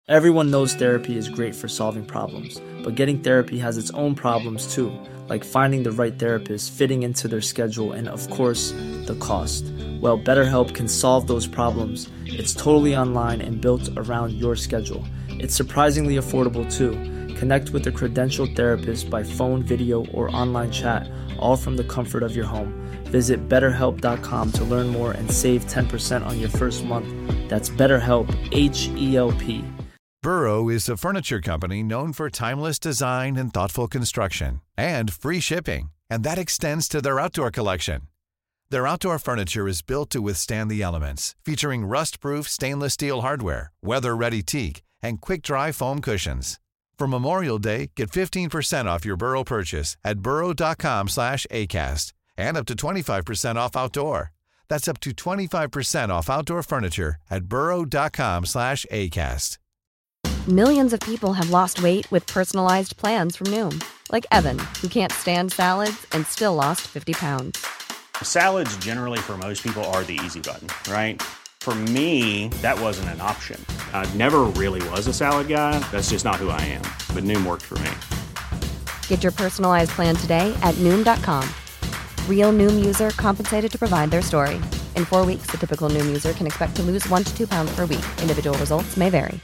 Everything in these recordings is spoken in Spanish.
Everyone knows therapy is great for solving problems, but getting therapy has its own problems too, like finding the right therapist, fitting into their schedule, and of course, the cost. Well, BetterHelp can solve those problems. It's totally online and built around your schedule. It's surprisingly affordable too. Connect with a credentialed therapist by phone, video, or online chat, all from the comfort of your home. Visit BetterHelp.com to learn more and save 10% on your first month. That's BetterHelp, H-E-L-P. Burrow is a furniture company known for timeless design and thoughtful construction, and free shipping, and that extends to their outdoor collection. Their outdoor furniture is built to withstand the elements, featuring rust-proof stainless steel hardware, weather-ready teak, and quick-dry foam cushions. For Memorial Day, get 15% off your Burrow purchase at burrow.com/ACAST and up to 25% off outdoor. That's up to 25% off outdoor furniture at burrow.com/ACAST. Millions of people have lost weight with personalized plans from Noom, like Evan, who can't stand salads and still lost 50 pounds. Salads generally for most people are the easy button, right? For me, that wasn't an option. I never really was a salad guy. That's just not who I am. But Noom worked for me. Get your personalized plan today at Noom.com. Real Noom user compensated to provide their story. In 4 weeks, the typical Noom user can expect to lose 1 to 2 pounds per week. Individual results may vary.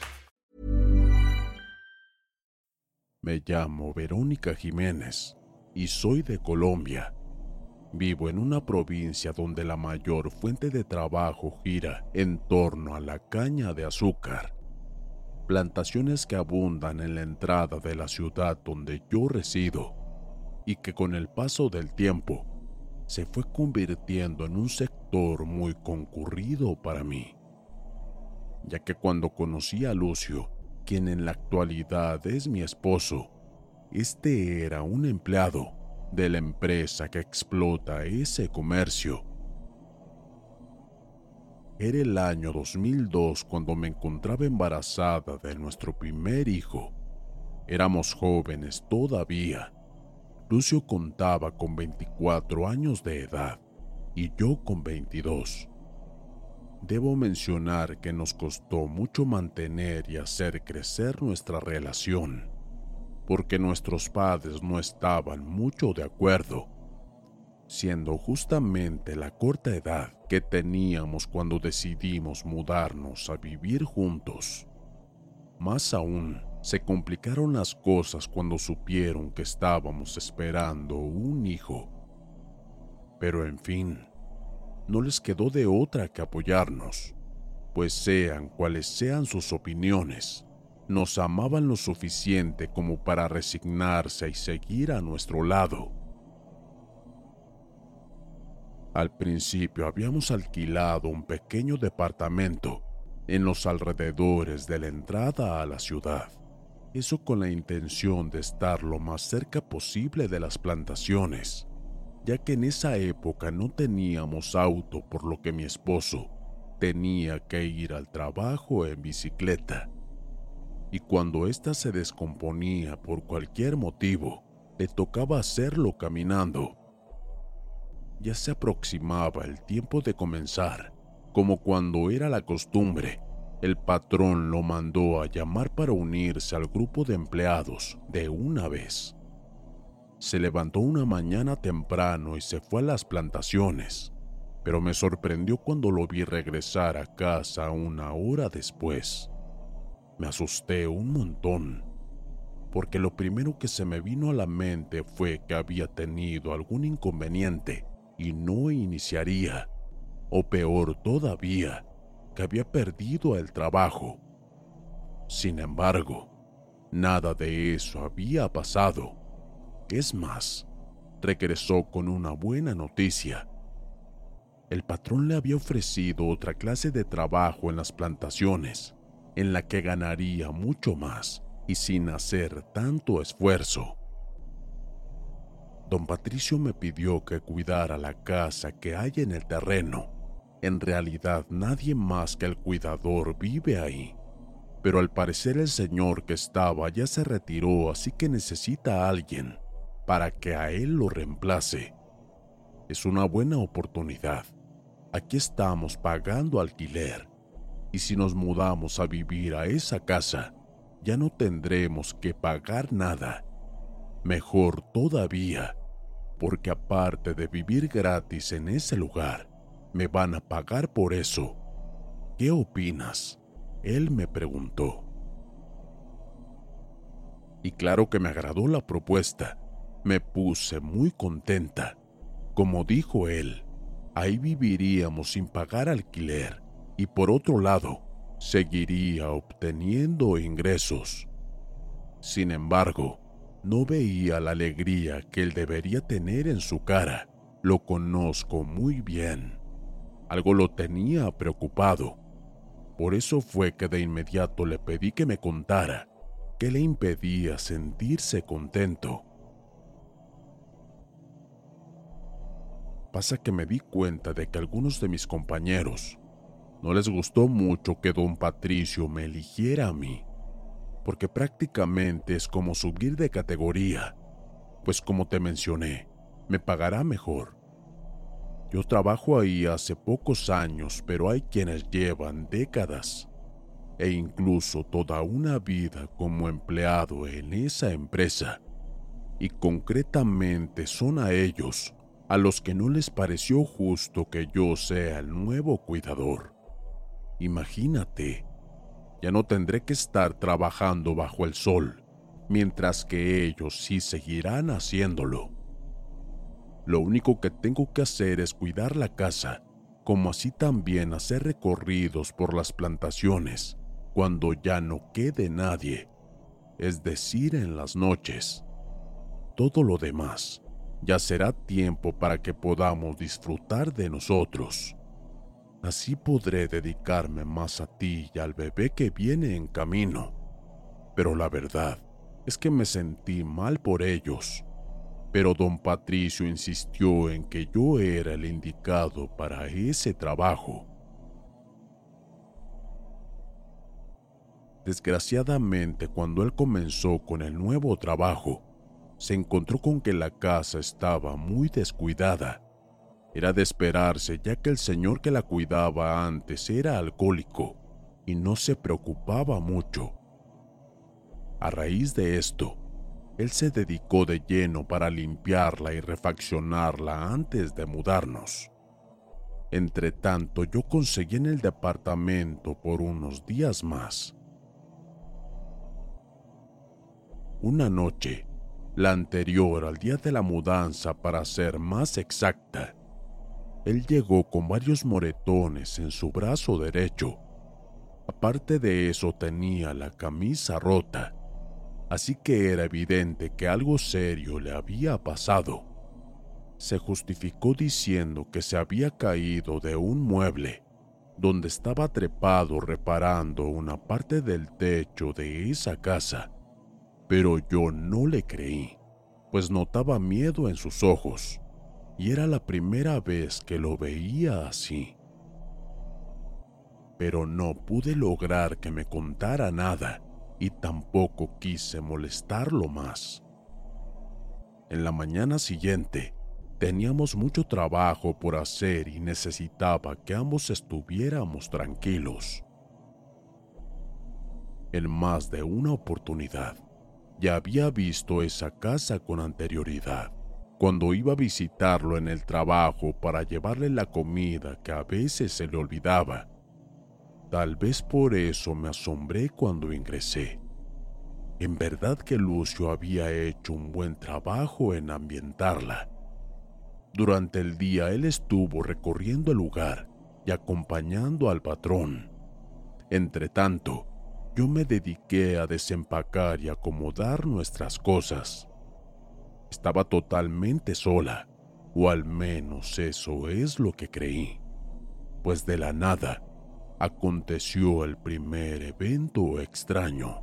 Me llamo Verónica Jiménez y soy de Colombia. Vivo en una provincia donde la mayor fuente de trabajo gira en torno a la caña de azúcar. Plantaciones que abundan en la entrada de la ciudad donde yo resido y que con el paso del tiempo se fue convirtiendo en un sector muy concurrido para mí. Ya que cuando conocí a Lucio, quien en la actualidad es mi esposo, este era un empleado de la empresa que explota ese comercio. Era el año 2002 cuando me encontraba embarazada de nuestro primer hijo. Éramos jóvenes todavía. Lucio contaba con 24 años de edad y yo con 22. Debo mencionar que nos costó mucho mantener y hacer crecer nuestra relación, porque nuestros padres no estaban mucho de acuerdo, siendo justamente la corta edad que teníamos cuando decidimos mudarnos a vivir juntos. Más aún, se complicaron las cosas cuando supieron que estábamos esperando un hijo. Pero en fin, no les quedó de otra que apoyarnos, pues sean cuales sean sus opiniones, nos amaban lo suficiente como para resignarse y seguir a nuestro lado. Al principio habíamos alquilado un pequeño departamento en los alrededores de la entrada a la ciudad, eso con la intención de estar lo más cerca posible de las plantaciones, ya que en esa época no teníamos auto, por lo que mi esposo tenía que ir al trabajo en bicicleta. Y cuando ésta se descomponía por cualquier motivo, le tocaba hacerlo caminando. Ya se aproximaba el tiempo de comenzar, como cuando era la costumbre, el patrón lo mandó a llamar para unirse al grupo de empleados de una vez. Se levantó una mañana temprano y se fue a las plantaciones, pero me sorprendió cuando lo vi regresar a casa una hora después. Me asusté un montón, porque lo primero que se me vino a la mente fue que había tenido algún inconveniente y no iniciaría, o peor todavía, que había perdido el trabajo. Sin embargo, nada de eso había pasado. Es más, regresó con una buena noticia. El patrón le había ofrecido otra clase de trabajo en las plantaciones, en la que ganaría mucho más y sin hacer tanto esfuerzo. Don Patricio me pidió que cuidara la casa que hay en el terreno. En realidad nadie más que el cuidador vive ahí, pero al parecer el señor que estaba ya se retiró, así que necesita a alguien para que a él lo reemplace. Es una buena oportunidad. Aquí estamos pagando alquiler Y si nos mudamos a vivir a esa casa, ya no tendremos que pagar nada. Mejor todavía, porque aparte de vivir gratis en ese lugar, me van a pagar por eso. ¿Qué opinas?, él me preguntó. Y claro que me agradó la propuesta. Me puse muy contenta. Como dijo él, ahí viviríamos sin pagar alquiler y por otro lado, seguiría obteniendo ingresos. Sin embargo, no veía la alegría que él debería tener en su cara. Lo conozco muy bien. Algo lo tenía preocupado. Por eso fue que de inmediato le pedí que me contara qué le impedía sentirse contento. Pasa que me di cuenta de que a algunos de mis compañeros no les gustó mucho que don Patricio me eligiera a mí, porque prácticamente es como subir de categoría, pues como te mencioné, me pagará mejor. Yo trabajo ahí hace pocos años, pero hay quienes llevan décadas e incluso toda una vida como empleado en esa empresa, y concretamente son a ellos a los que no les pareció justo que yo sea el nuevo cuidador. Imagínate, ya no tendré que estar trabajando bajo el sol, mientras que ellos sí seguirán haciéndolo. Lo único que tengo que hacer es cuidar la casa, como así también hacer recorridos por las plantaciones cuando ya no quede nadie, es decir, en las noches. Todo lo demás ya será tiempo para que podamos disfrutar de nosotros. Así podré dedicarme más a ti y al bebé que viene en camino. Pero la verdad es que me sentí mal por ellos. Pero don Patricio insistió en que yo era el indicado para ese trabajo. Desgraciadamente, cuando él comenzó con el nuevo trabajo, se encontró con que la casa estaba muy descuidada. Era de esperarse, ya que el señor que la cuidaba antes era alcohólico y no se preocupaba mucho. A raíz de esto, él se dedicó de lleno para limpiarla y refaccionarla antes de mudarnos. Entretanto, yo conseguí en el departamento por unos días más. Una noche, la anterior al día de la mudanza para ser más exacta, él llegó con varios moretones en su brazo derecho. Aparte de eso tenía la camisa rota, así que era evidente que algo serio le había pasado. Se justificó diciendo que se había caído de un mueble, donde estaba trepado reparando una parte del techo de esa casa. Pero yo no le creí, pues notaba miedo en sus ojos, y era la primera vez que lo veía así. Pero no pude lograr que me contara nada, y tampoco quise molestarlo más. En la mañana siguiente, teníamos mucho trabajo por hacer y necesitaba que ambos estuviéramos tranquilos. En más de una oportunidad, ya había visto esa casa con anterioridad, cuando iba a visitarlo en el trabajo para llevarle la comida que a veces se le olvidaba. Tal vez por eso me asombré cuando ingresé. En verdad que Lucio había hecho un buen trabajo en ambientarla. Durante el día él estuvo recorriendo el lugar y acompañando al patrón. Entretanto, yo me dediqué a desempacar y acomodar nuestras cosas. Estaba totalmente sola, o al menos eso es lo que creí, pues de la nada aconteció el primer evento extraño.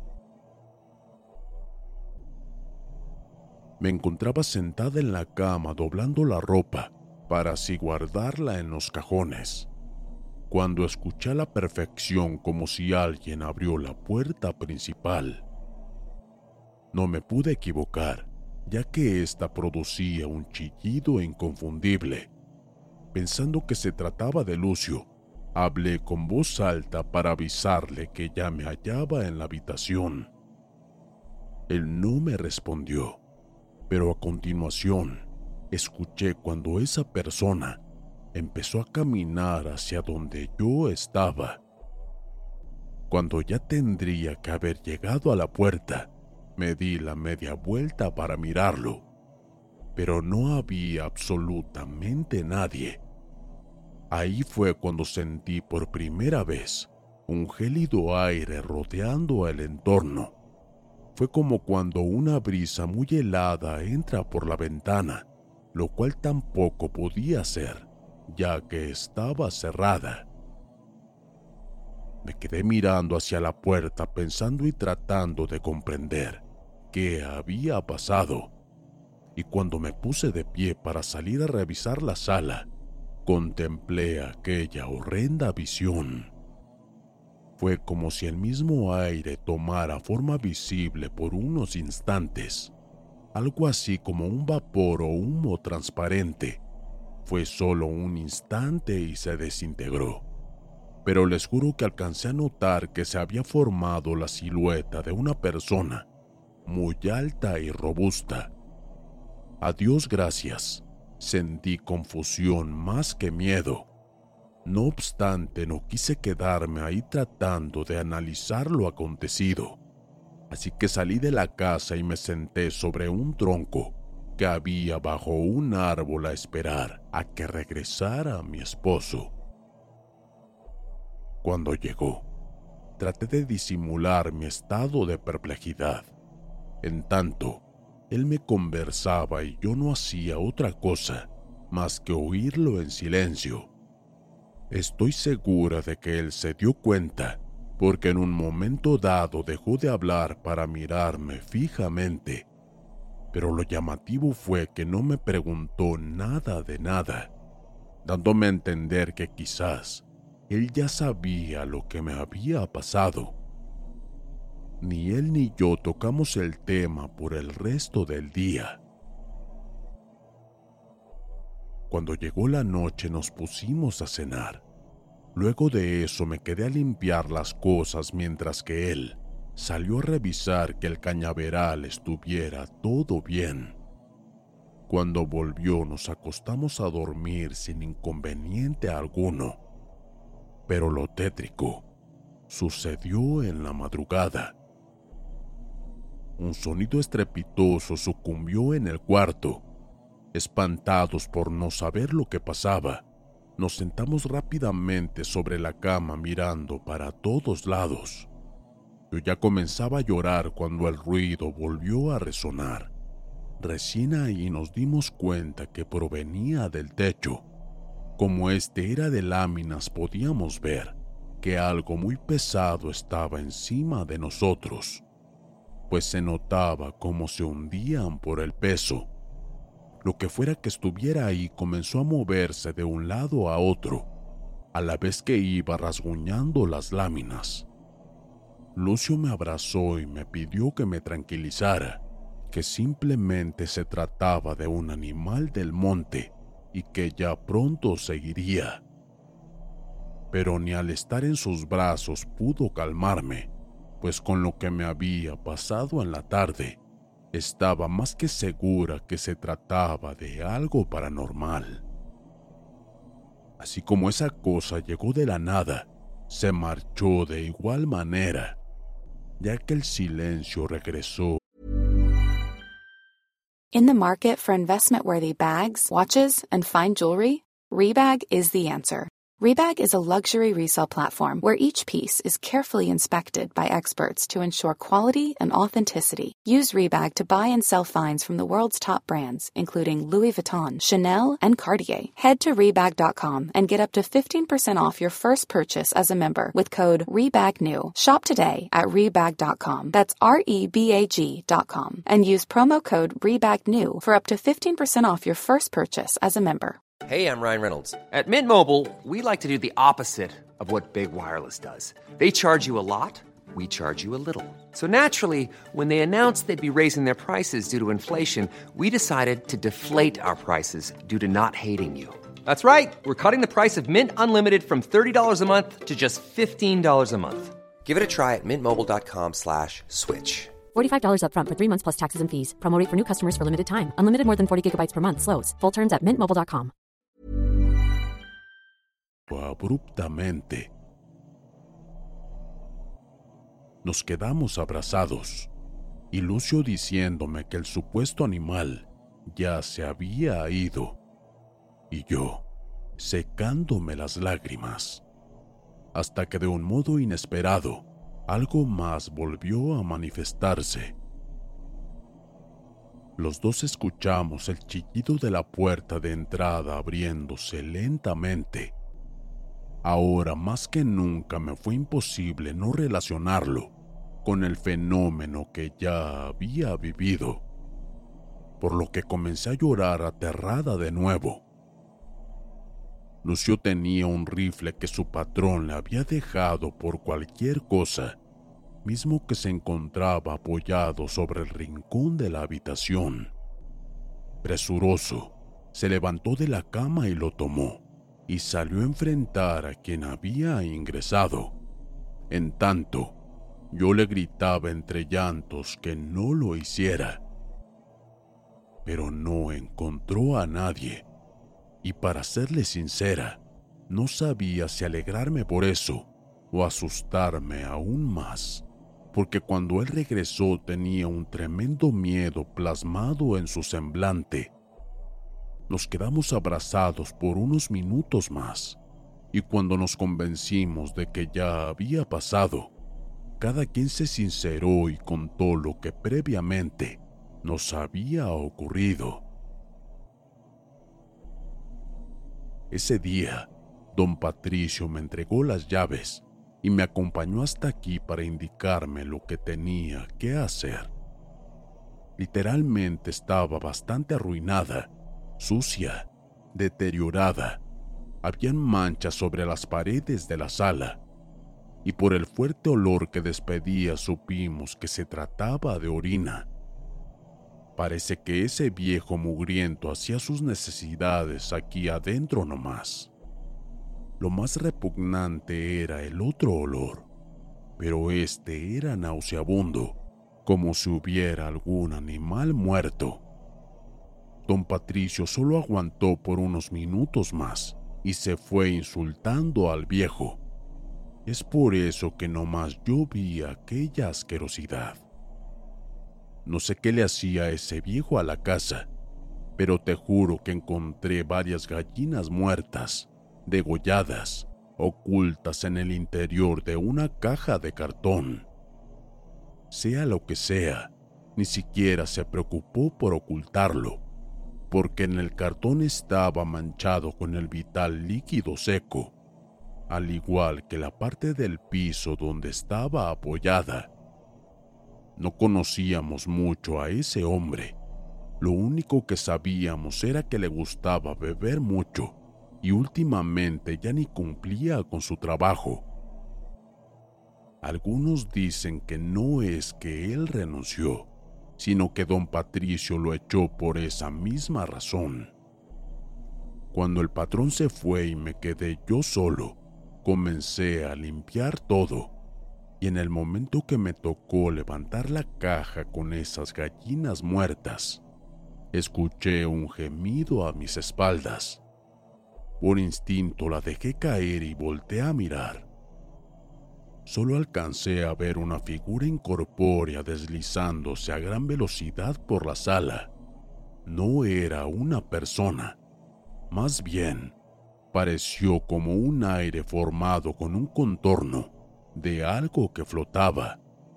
Me encontraba sentada en la cama doblando la ropa para así guardarla en los cajones, cuando escuché a la perfección como si alguien abrió la puerta principal. No me pude equivocar, ya que ésta producía un chillido inconfundible. Pensando que se trataba de Lucio, Hablé con voz alta para avisarle que ya me hallaba en la habitación. Él no me respondió, pero a continuación escuché cuando esa persona empezó a caminar hacia donde yo estaba. Cuando ya tendría que haber llegado a la puerta, me di la media vuelta para mirarlo, pero no había absolutamente nadie. Ahí fue cuando sentí por primera vez un gélido aire rodeando el entorno. Fue como cuando una brisa muy helada entra por la ventana, lo cual tampoco podía ser, ya que estaba cerrada. Me quedé mirando hacia la puerta pensando y tratando de comprender qué había pasado. Y cuando me puse de pie para salir a revisar la sala, contemplé aquella horrenda visión. Fue como si el mismo aire tomara forma visible por unos instantes, algo así como un vapor o humo transparente. Fue solo un instante y se desintegró, pero les juro que alcancé a notar que se había formado la silueta de una persona muy alta y robusta. A Dios gracias, sentí confusión más que miedo. No obstante, no quise quedarme ahí tratando de analizar lo acontecido, así que salí de la casa y me senté sobre un tronco que había bajo un árbol a esperar a que regresara mi esposo. Cuando llegó, traté de disimular mi estado de perplejidad. En tanto, él me conversaba y yo no hacía otra cosa más que oírlo en silencio. Estoy segura de que él se dio cuenta, porque en un momento dado dejó de hablar para mirarme fijamente. Pero lo llamativo fue que no me preguntó nada de nada, dándome a entender que quizás él ya sabía lo que me había pasado. Ni él ni yo tocamos el tema por el resto del día. Cuando llegó la noche nos pusimos a cenar. Luego de eso me quedé a limpiar las cosas mientras que él salió a revisar que el cañaveral estuviera todo bien. Cuando volvió nos acostamos a dormir sin inconveniente alguno. Pero lo tétrico sucedió en la madrugada. Un sonido estrepitoso sucumbió en el cuarto. Espantados por no saber lo que pasaba, nos sentamos rápidamente sobre la cama mirando para todos lados. Yo ya comenzaba a llorar cuando el ruido volvió a resonar. Recién ahí nos dimos cuenta que provenía del techo. Como este era de láminas, podíamos ver que algo muy pesado estaba encima de nosotros, pues se notaba como se hundían por el peso. Lo que fuera que estuviera ahí comenzó a moverse de un lado a otro, a la vez que iba rasguñando las láminas. Lucio me abrazó y me pidió que me tranquilizara, que simplemente se trataba de un animal del monte y que ya pronto seguiría. Pero ni al estar en sus brazos pudo calmarme, pues con lo que me había pasado en la tarde, estaba más que segura que se trataba de algo paranormal. Así como esa cosa llegó de la nada, se marchó de igual manera, ya que el silencio regresó. In the market for investment-worthy bags, watches, and fine jewelry, Rebag is the answer. Rebag is a luxury resale platform where each piece is carefully inspected by experts to ensure quality and authenticity. Use Rebag to buy and sell finds from the world's top brands, including Louis Vuitton, Chanel, and Cartier. Head to Rebag.com and get up to 15% off your first purchase as a member with code REBAGNEW. Shop today at Rebag.com. That's REBAG.com. And use promo code REBAGNEW for up to 15% off your first purchase as a member. Hey, I'm Ryan Reynolds. At Mint Mobile, we like to do the opposite of what Big Wireless does. They charge you a lot, we charge you a little. So naturally, when they announced they'd be raising their prices due to inflation, we decided to deflate our prices due to not hating you. That's right. We're cutting the price of Mint Unlimited from $30 a month to just $15 a month. Give it a try at mintmobile.com/switch. $45 up front for 3 months plus taxes and fees. Promo rate for new customers for limited time. Unlimited more than 40 gigabytes per month. Slows full terms at mintmobile.com. Abruptamente. Nos quedamos abrazados, y Lucio diciéndome que el supuesto animal ya se había ido, y yo secándome las lágrimas, hasta que de un modo inesperado algo más volvió a manifestarse. Los dos escuchamos el chillido de la puerta de entrada abriéndose lentamente. Ahora más que nunca me fue imposible no relacionarlo con el fenómeno que ya había vivido, por lo que comencé a llorar aterrada de nuevo. Lucio tenía un rifle que su patrón le había dejado por cualquier cosa, mismo que se encontraba apoyado sobre el rincón de la habitación. Presuroso, se levantó de la cama y lo tomó, y salió a enfrentar a quien había ingresado. En tanto, yo le gritaba entre llantos que no lo hiciera. Pero no encontró a nadie, y para serle sincera, no sabía si alegrarme por eso o asustarme aún más, porque cuando él regresó tenía un tremendo miedo plasmado en su semblante. Nos quedamos abrazados por unos minutos más, y cuando nos convencimos de que ya había pasado, cada quien se sinceró y contó lo que previamente nos había ocurrido. Ese día, don Patricio me entregó las llaves y me acompañó hasta aquí para indicarme lo que tenía que hacer. Literalmente estaba bastante arruinada, sucia, deteriorada. Habían manchas sobre las paredes de la sala, y por el fuerte olor que despedía supimos que se trataba de orina. Parece que ese viejo mugriento hacía sus necesidades aquí adentro nomás. Lo más repugnante era el otro olor, pero este era nauseabundo, como si hubiera algún animal muerto. Don Patricio solo aguantó por unos minutos más y se fue insultando al viejo. Es por eso que nomás yo vi aquella asquerosidad. No sé qué le hacía ese viejo a la casa, pero te juro que encontré varias gallinas muertas, degolladas, ocultas en el interior de una caja de cartón. Sea lo que sea, ni siquiera se preocupó por ocultarlo, porque en el cartón estaba manchado con el vital líquido seco, al igual que la parte del piso donde estaba apoyada. No conocíamos mucho a ese hombre. Lo único que sabíamos era que le gustaba beber mucho y últimamente ya ni cumplía con su trabajo. Algunos dicen que no es que él renunció, sino que don Patricio lo echó por esa misma razón. Cuando el patrón se fue y me quedé yo solo, comencé a limpiar todo, y en el momento que me tocó levantar la caja con esas gallinas muertas, escuché un gemido a mis espaldas. Por instinto la dejé caer y volteé a mirar. Solo alcancé a ver una figura incorpórea deslizándose a gran velocidad por la sala. No era una persona, más bien pareció como un aire formado con un contorno de algo que flotaba.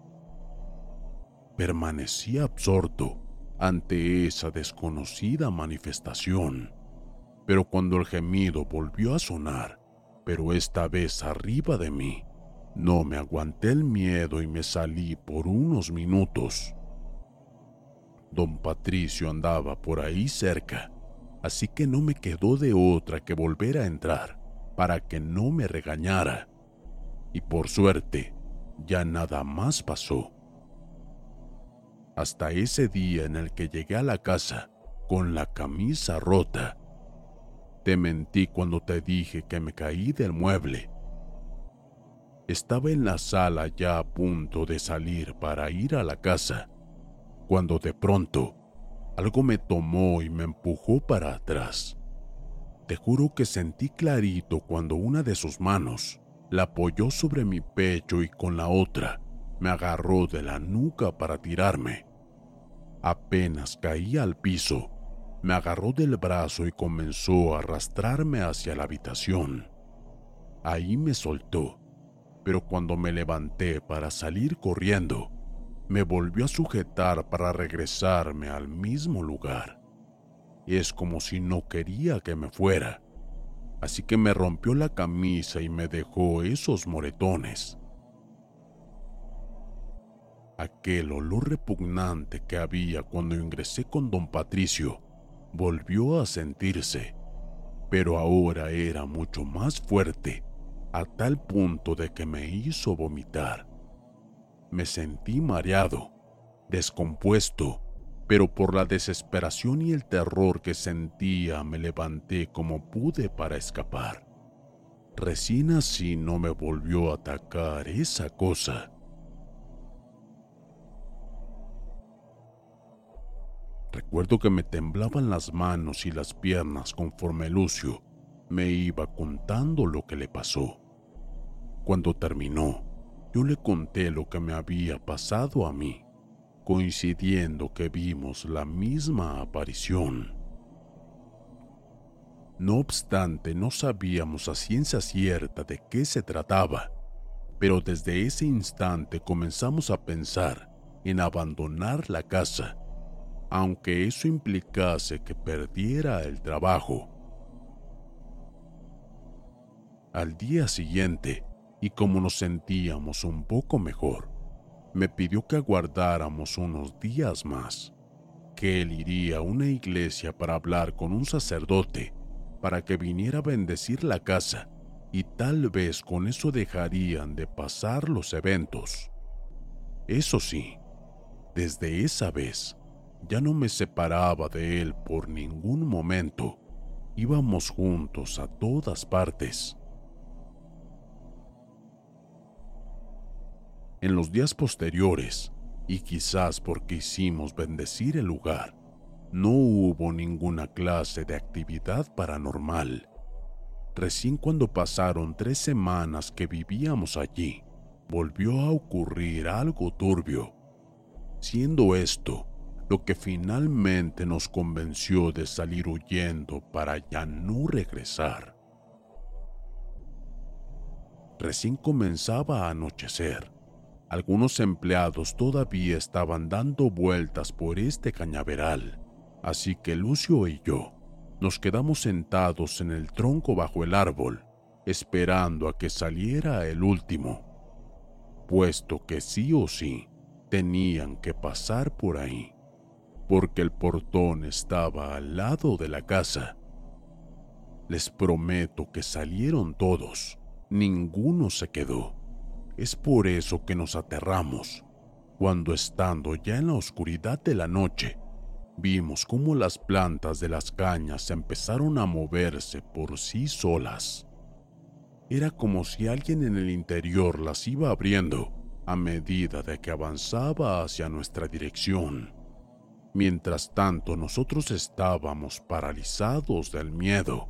Permanecí absorto ante esa desconocida manifestación, pero cuando el gemido volvió a sonar, pero esta vez arriba de mí, no me aguanté el miedo y me salí por unos minutos. Don Patricio andaba por ahí cerca, así que no me quedó de otra que volver a entrar para que no me regañara. Y por suerte, ya nada más pasó. Hasta ese día en el que llegué a la casa con la camisa rota. Te mentí cuando te dije que me caí del mueble. Estaba en la sala ya a punto de salir para ir a la casa, cuando de pronto algo me tomó y me empujó para atrás. Te juro que sentí clarito cuando una de sus manos la apoyó sobre mi pecho y con la otra me agarró de la nuca para tirarme. Apenas caí al piso, me agarró del brazo y comenzó a arrastrarme hacia la habitación. Ahí me soltó, pero cuando me levanté para salir corriendo, me volvió a sujetar para regresarme al mismo lugar. Es como si no quería que me fuera, así que me rompió la camisa y me dejó esos moretones. Aquel olor repugnante que había cuando ingresé con don Patricio volvió a sentirse, pero ahora era mucho más fuerte, a tal punto de que me hizo vomitar. Me sentí mareado, descompuesto, pero por la desesperación y el terror que sentía me levanté como pude para escapar. Recién así no me volvió a atacar esa cosa. Recuerdo que me temblaban las manos y las piernas conforme Lucio me iba contando lo que le pasó. Cuando terminó, yo le conté lo que me había pasado a mí, coincidiendo que vimos la misma aparición. No obstante, no sabíamos a ciencia cierta de qué se trataba, pero desde ese instante comenzamos a pensar en abandonar la casa, aunque eso implicase que perdiera el trabajo. Al día siguiente, y como nos sentíamos un poco mejor, me pidió que aguardáramos unos días más, que él iría a una iglesia para hablar con un sacerdote para que viniera a bendecir la casa y tal vez con eso dejarían de pasar los eventos. Eso sí, desde esa vez ya no me separaba de él por ningún momento. Íbamos juntos a todas partes. En los días posteriores, y quizás porque hicimos bendecir el lugar, no hubo ninguna clase de actividad paranormal. Recién cuando pasaron 3 semanas que vivíamos allí, volvió a ocurrir algo turbio, siendo esto lo que finalmente nos convenció de salir huyendo para ya no regresar. Recién comenzaba a anochecer. Algunos empleados todavía estaban dando vueltas por este cañaveral, así que Lucio y yo nos quedamos sentados en el tronco bajo el árbol, esperando a que saliera el último, puesto que sí o sí tenían que pasar por ahí, porque el portón estaba al lado de la casa. Les prometo que salieron todos, ninguno se quedó. Es por eso que nos aterramos, cuando estando ya en la oscuridad de la noche, vimos cómo las plantas de las cañas empezaron a moverse por sí solas. Era como si alguien en el interior las iba abriendo a medida de que avanzaba hacia nuestra dirección. Mientras tanto, nosotros estábamos paralizados del miedo.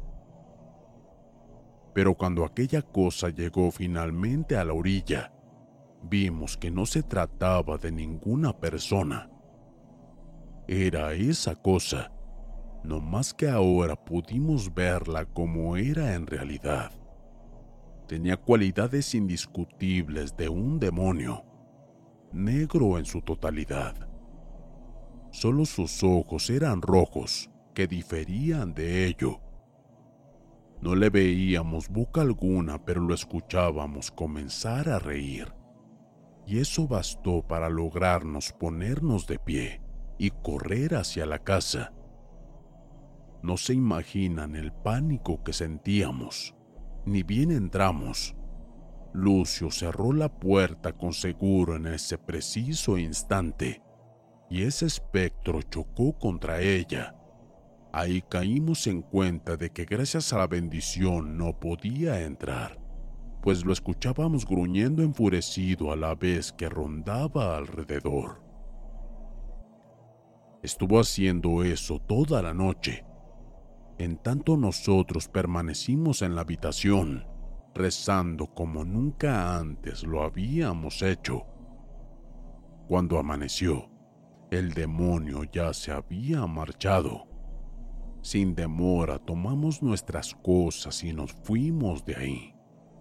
Pero cuando aquella cosa llegó finalmente a la orilla, vimos que no se trataba de ninguna persona. Era esa cosa, no más que ahora pudimos verla como era en realidad. Tenía cualidades indiscutibles de un demonio, negro en su totalidad. Solo sus ojos eran rojos, que diferían de ello. No le veíamos boca alguna, pero lo escuchábamos comenzar a reír. Y eso bastó para lograrnos ponernos de pie y correr hacia la casa. No se imaginan el pánico que sentíamos. Ni bien entramos, Lucio cerró la puerta con seguro en ese preciso instante, y ese espectro chocó contra ella. Ahí caímos en cuenta de que gracias a la bendición no podía entrar, pues lo escuchábamos gruñendo enfurecido a la vez que rondaba alrededor. Estuvo haciendo eso toda la noche. En tanto nosotros permanecimos en la habitación, rezando como nunca antes lo habíamos hecho. Cuando amaneció, el demonio ya se había marchado. Sin demora tomamos nuestras cosas y nos fuimos de ahí.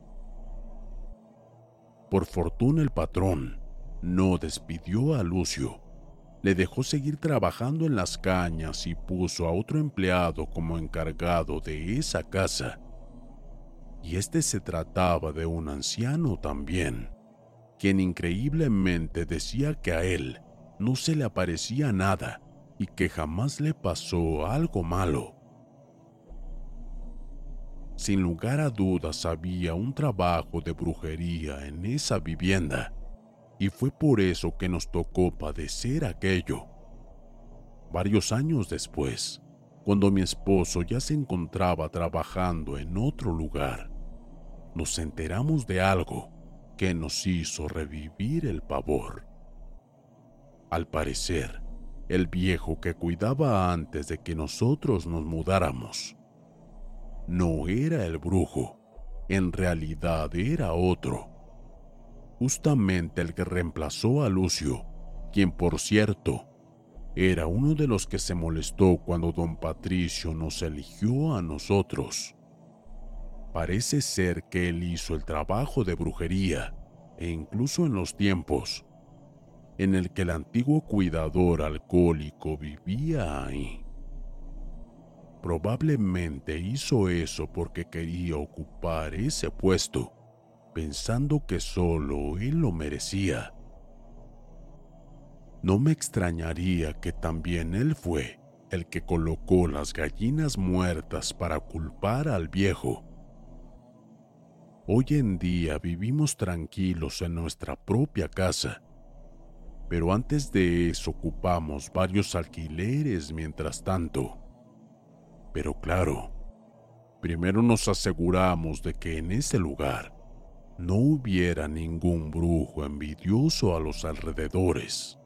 Por fortuna el patrón no despidió a Lucio. Le dejó seguir trabajando en las cañas y puso a otro empleado como encargado de esa casa. Y se trataba de un anciano también, quien increíblemente decía que a él no se le aparecía nada y que jamás le pasó algo malo. Sin lugar a dudas había un trabajo de brujería en esa vivienda, y fue por eso que nos tocó padecer aquello. Varios años después, cuando mi esposo ya se encontraba trabajando en otro lugar, nos enteramos de algo que nos hizo revivir el pavor. Al parecer, el viejo que cuidaba antes de que nosotros nos mudáramos no era el brujo, en realidad era otro. Justamente el que reemplazó a Lucio, quien por cierto, era uno de los que se molestó cuando don Patricio nos eligió a nosotros. Parece ser que él hizo el trabajo de brujería, e incluso en los tiempos en el que el antiguo cuidador alcohólico vivía ahí. Probablemente hizo eso porque quería ocupar ese puesto, pensando que solo él lo merecía. No me extrañaría que también él fue el que colocó las gallinas muertas para culpar al viejo. Hoy en día vivimos tranquilos en nuestra propia casa, pero antes de eso ocupamos varios alquileres mientras tanto. Pero claro, primero nos aseguramos de que en ese lugar no hubiera ningún brujo envidioso a los alrededores.